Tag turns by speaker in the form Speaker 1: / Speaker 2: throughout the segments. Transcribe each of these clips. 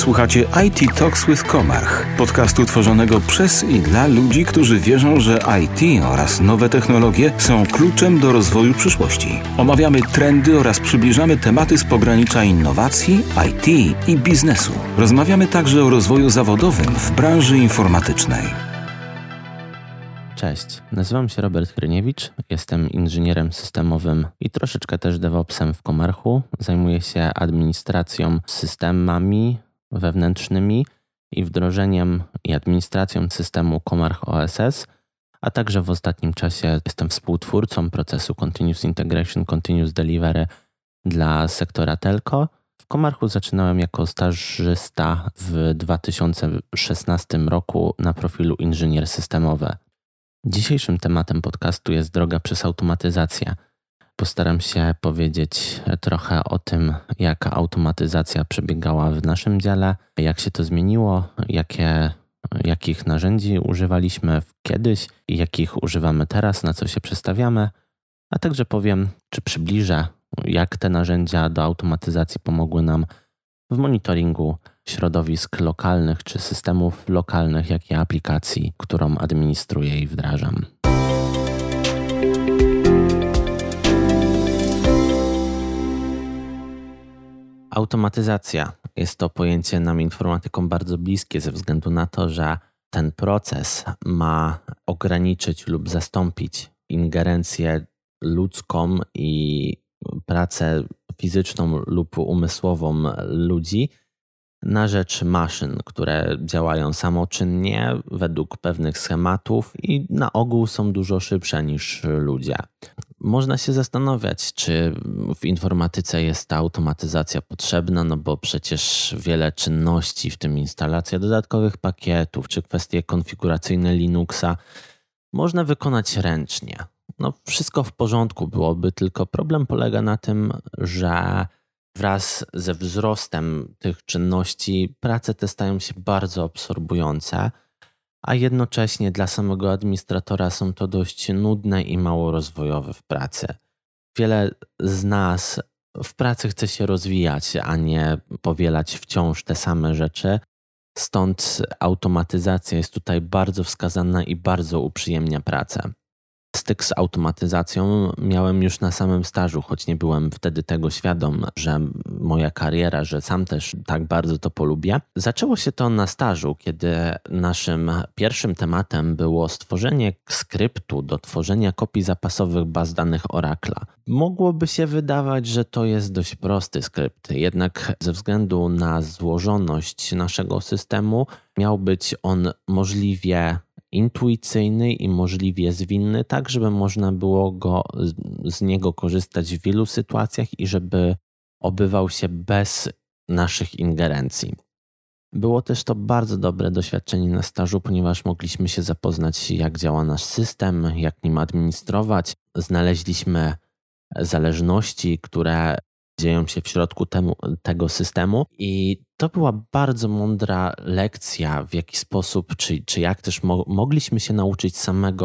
Speaker 1: Słuchacie IT Talks with Comarch, podcastu tworzonego przez i dla ludzi, którzy wierzą, że IT oraz nowe technologie są kluczem do rozwoju przyszłości. Omawiamy trendy oraz przybliżamy tematy z pogranicza innowacji, IT i biznesu. Rozmawiamy także o rozwoju zawodowym w branży informatycznej.
Speaker 2: Cześć, nazywam się Robert Hryniewicz, jestem inżynierem systemowym i troszeczkę też DevOpsem w Comarchu. Zajmuję się administracją systemami wewnętrznymi i wdrożeniem i administracją systemu Comarch OSS, a także w ostatnim czasie jestem współtwórcą procesu Continuous Integration, Continuous Delivery dla sektora telco. W Comarchu zaczynałem jako stażysta w 2016 roku na profilu inżynier systemowy. Dzisiejszym tematem podcastu jest droga przez automatyzację. Postaram się powiedzieć trochę o tym, jak automatyzacja przebiegała w naszym dziale, jak się to zmieniło, jakich narzędzi używaliśmy kiedyś i jakich używamy teraz, na co się przestawiamy, a także powiem, czy przybliżę, jak te narzędzia do automatyzacji pomogły nam w monitoringu środowisk lokalnych czy systemów lokalnych, jak i aplikacji, którą administruję i wdrażam. Automatyzacja jest to pojęcie nam informatykom bardzo bliskie ze względu na to, że ten proces ma ograniczyć lub zastąpić ingerencję ludzką i pracę fizyczną lub umysłową ludzi na rzecz maszyn, które działają samoczynnie według pewnych schematów i na ogół są dużo szybsze niż ludzie. Można się zastanawiać, czy w informatyce jest ta automatyzacja potrzebna, no bo przecież wiele czynności, w tym instalacja dodatkowych pakietów, czy kwestie konfiguracyjne Linuxa, można wykonać ręcznie. No wszystko w porządku byłoby, tylko problem polega na tym, że wraz ze wzrostem tych czynności prace te stają się bardzo absorbujące, a jednocześnie dla samego administratora są to dość nudne i mało rozwojowe w pracy. Wiele z nas w pracy chce się rozwijać, a nie powielać wciąż te same rzeczy. Stąd automatyzacja jest tutaj bardzo wskazana i bardzo uprzyjemnia pracę. Styk z automatyzacją miałem już na samym stażu, choć nie byłem wtedy tego świadom, że moja kariera, że sam też tak bardzo to polubię. Zaczęło się to na stażu, kiedy naszym pierwszym tematem było stworzenie skryptu do tworzenia kopii zapasowych baz danych Oracle'a. Mogłoby się wydawać, że to jest dość prosty skrypt, jednak ze względu na złożoność naszego systemu miał być on możliwie intuicyjny i możliwie zwinny, tak żeby można było z niego korzystać w wielu sytuacjach i żeby obywał się bez naszych ingerencji. Było też to bardzo dobre doświadczenie na stażu, ponieważ mogliśmy się zapoznać, jak działa nasz system, jak nim administrować. Znaleźliśmy zależności, które dzieją się w środku tego systemu i to była bardzo mądra lekcja, w jaki sposób, czy jak też mogliśmy się nauczyć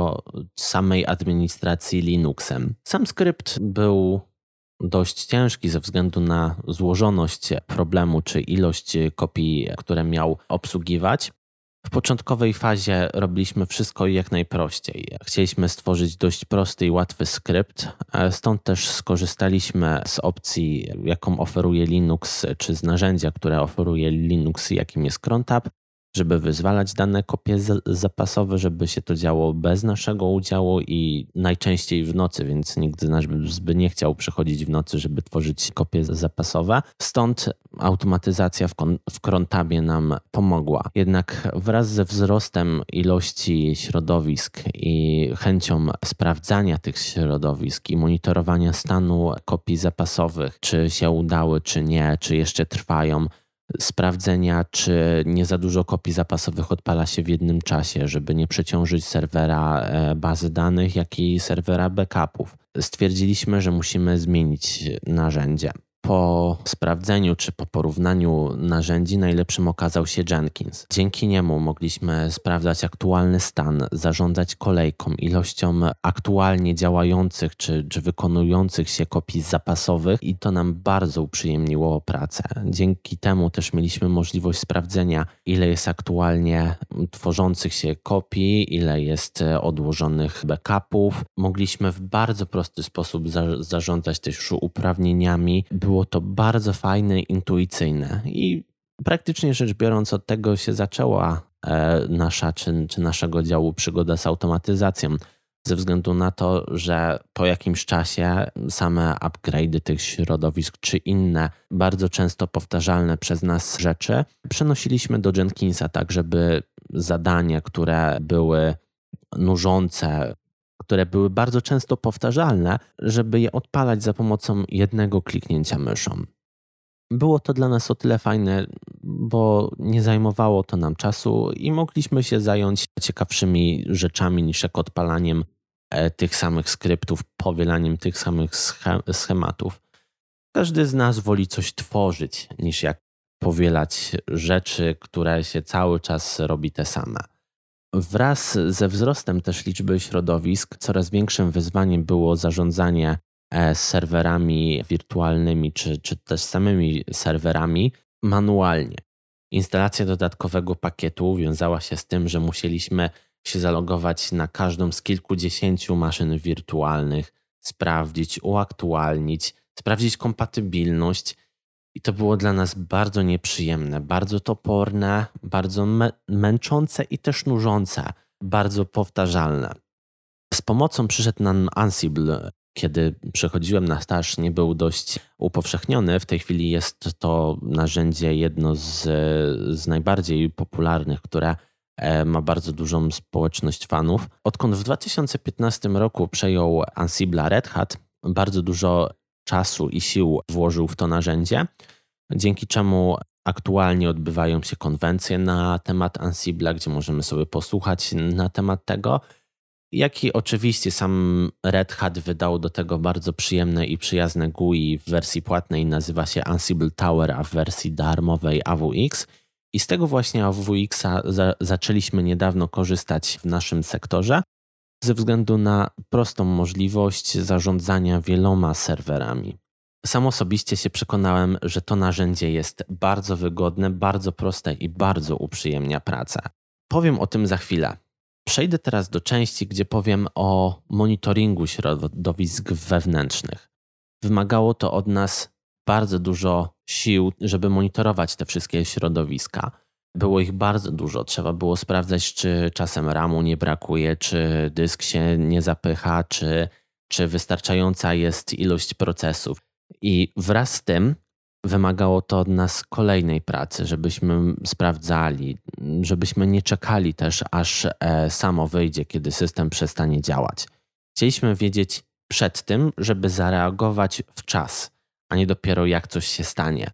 Speaker 2: samej administracji Linuxem. Sam skrypt był dość ciężki ze względu na złożoność problemu, czy ilość kopii, które miał obsługiwać. W początkowej fazie robiliśmy wszystko jak najprościej. Chcieliśmy stworzyć dość prosty i łatwy skrypt, stąd też skorzystaliśmy z opcji, jaką oferuje Linux, czy z narzędzia, które oferuje Linux, jakim jest crontab, żeby wyzwalać dane kopie zapasowe, żeby się to działo bez naszego udziału i najczęściej w nocy, więc nikt z nas by nie chciał przychodzić w nocy, żeby tworzyć kopie zapasowe. Stąd automatyzacja w crontabie nam pomogła. Jednak wraz ze wzrostem ilości środowisk i chęcią sprawdzania tych środowisk i monitorowania stanu kopii zapasowych, czy się udały, czy nie, czy jeszcze trwają, sprawdzenia, czy nie za dużo kopii zapasowych odpala się w jednym czasie, żeby nie przeciążyć serwera bazy danych, jak i serwera backupów. Stwierdziliśmy, że musimy zmienić narzędzie. Po sprawdzeniu czy po porównaniu narzędzi najlepszym okazał się Jenkins. Dzięki niemu mogliśmy sprawdzać aktualny stan, zarządzać kolejką, ilością aktualnie działających czy wykonujących się kopii zapasowych i to nam bardzo uprzyjemniło pracę. Dzięki temu też mieliśmy możliwość sprawdzenia, ile jest aktualnie tworzących się kopii, ile jest odłożonych backupów. Mogliśmy w bardzo prosty sposób zarządzać też uprawnieniami. Było to bardzo fajne, intuicyjne i praktycznie rzecz biorąc od tego się zaczęła nasza czy naszego działu przygoda z automatyzacją. Ze względu na to, że po jakimś czasie same upgrade'y tych środowisk czy inne bardzo często powtarzalne przez nas rzeczy przenosiliśmy do Jenkinsa tak, żeby zadania, które były nużące, które były bardzo często powtarzalne, żeby je odpalać za pomocą jednego kliknięcia myszą. Było to dla nas o tyle fajne, bo nie zajmowało to nam czasu i mogliśmy się zająć ciekawszymi rzeczami niż jak odpalaniem tych samych skryptów, powielaniem tych samych schematów. Każdy z nas woli coś tworzyć niż jak powielać rzeczy, które się cały czas robi te same. Wraz ze wzrostem też liczby środowisk coraz większym wyzwaniem było zarządzanie serwerami wirtualnymi czy też samymi serwerami manualnie. Instalacja dodatkowego pakietu wiązała się z tym, że musieliśmy się zalogować na każdą z kilkudziesięciu maszyn wirtualnych, sprawdzić, uaktualnić, sprawdzić kompatybilność i to było dla nas bardzo nieprzyjemne, bardzo toporne, bardzo męczące i też nużące, bardzo powtarzalne. Z pomocą przyszedł nam Ansible. Kiedy przechodziłem na staż, nie był dość upowszechniony. W tej chwili jest to narzędzie jedno z najbardziej popularnych, które ma bardzo dużą społeczność fanów. Odkąd w 2015 roku przejął Ansible'a Red Hat, bardzo dużo czasu i sił włożył w to narzędzie, dzięki czemu aktualnie odbywają się konwencje na temat Ansible'a, gdzie możemy sobie posłuchać na temat tego, jak i oczywiście sam Red Hat wydał do tego bardzo przyjemne i przyjazne GUI w wersji płatnej, nazywa się Ansible Tower, a w wersji darmowej AWX. I z tego właśnie AWX-a zaczęliśmy niedawno korzystać w naszym sektorze ze względu na prostą możliwość zarządzania wieloma serwerami. Sam osobiście się przekonałem, że to narzędzie jest bardzo wygodne, bardzo proste i bardzo uprzyjemnia pracę. Powiem o tym za chwilę. Przejdę teraz do części, gdzie powiem o monitoringu środowisk wewnętrznych. Wymagało to od nas bardzo dużo sił, żeby monitorować te wszystkie środowiska. Było ich bardzo dużo. Trzeba było sprawdzać, czy czasem RAM-u nie brakuje, czy dysk się nie zapycha, czy wystarczająca jest ilość procesów. I wraz z tym wymagało to od nas kolejnej pracy, żebyśmy sprawdzali, żebyśmy nie czekali też, aż samo wyjdzie, kiedy system przestanie działać. Chcieliśmy wiedzieć przed tym, żeby zareagować w czas, a nie dopiero jak coś się stanie.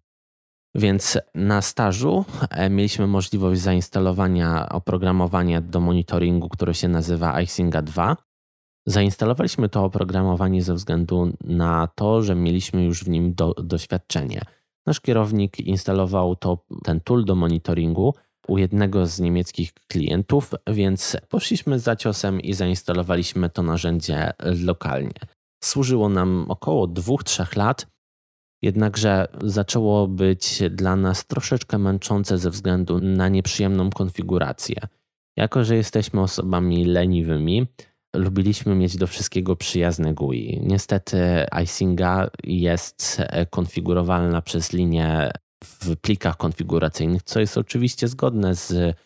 Speaker 2: Więc na stażu mieliśmy możliwość zainstalowania oprogramowania do monitoringu, które się nazywa iSINGA 2. Zainstalowaliśmy to oprogramowanie ze względu na to, że mieliśmy już w nim doświadczenie. Nasz kierownik instalował ten tool do monitoringu u jednego z niemieckich klientów, więc poszliśmy za ciosem i zainstalowaliśmy to narzędzie lokalnie. Służyło nam około 2-3 lat, jednakże zaczęło być dla nas troszeczkę męczące ze względu na nieprzyjemną konfigurację. Jako że jesteśmy osobami leniwymi, lubiliśmy mieć do wszystkiego przyjazne GUI. Niestety iSINGA jest konfigurowalna przez linię w plikach konfiguracyjnych, co jest oczywiście zgodne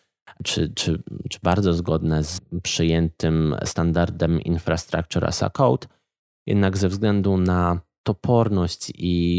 Speaker 2: czy bardzo zgodne z przyjętym standardem Infrastructure as a Code, jednak ze względu na toporność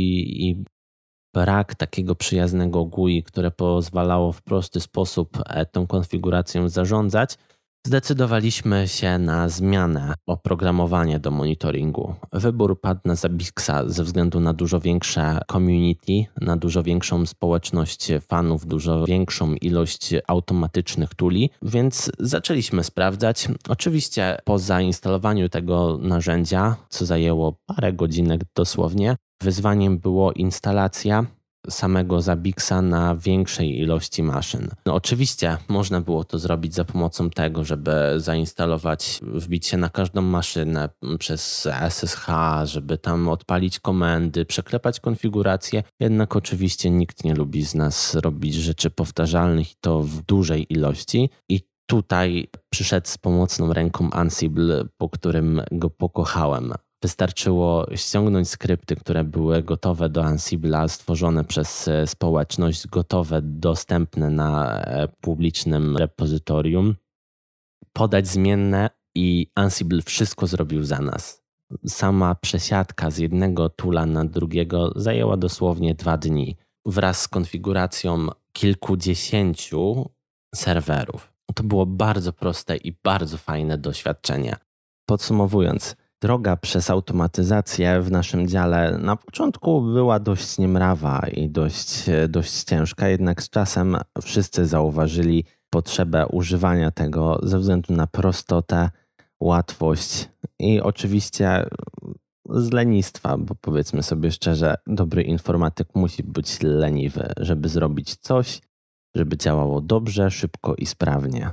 Speaker 2: i brak takiego przyjaznego GUI, które pozwalało w prosty sposób tą konfiguracją zarządzać, zdecydowaliśmy się na zmianę oprogramowania do monitoringu. Wybór padł na Zabixa ze względu na dużo większe community, na dużo większą społeczność fanów, dużo większą ilość automatycznych tooli, więc zaczęliśmy sprawdzać. Oczywiście po zainstalowaniu tego narzędzia, co zajęło parę godzinek dosłownie, Wyzwaniem było instalacja samego Zabbix'a na większej ilości maszyn. Oczywiście można było to zrobić za pomocą tego, żeby zainstalować, wbić się na każdą maszynę przez SSH, żeby tam odpalić komendy, przeklepać konfigurację, jednak oczywiście nikt nie lubi z nas robić rzeczy powtarzalnych i to w dużej ilości. I tutaj przyszedł z pomocną ręką Ansible, po którym go pokochałem. Wystarczyło ściągnąć skrypty, które były gotowe do Ansible'a, stworzone przez społeczność, gotowe, dostępne na publicznym repozytorium, podać zmienne i Ansible wszystko zrobił za nas. Sama przesiadka z jednego toola na drugiego zajęła dosłownie 2 dni wraz z konfiguracją kilkudziesięciu serwerów. To było bardzo proste i bardzo fajne doświadczenie. Podsumowując, droga przez automatyzację w naszym dziale na początku była dość niemrawa i dość ciężka, jednak z czasem wszyscy zauważyli potrzebę używania tego ze względu na prostotę, łatwość i oczywiście z lenistwa, bo powiedzmy sobie szczerze, dobry informatyk musi być leniwy, żeby zrobić coś, żeby działało dobrze, szybko i sprawnie.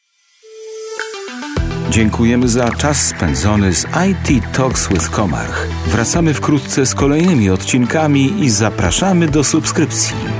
Speaker 1: Dziękujemy za czas spędzony z IT Talks with Comarch. Wracamy wkrótce z kolejnymi odcinkami i zapraszamy do subskrypcji.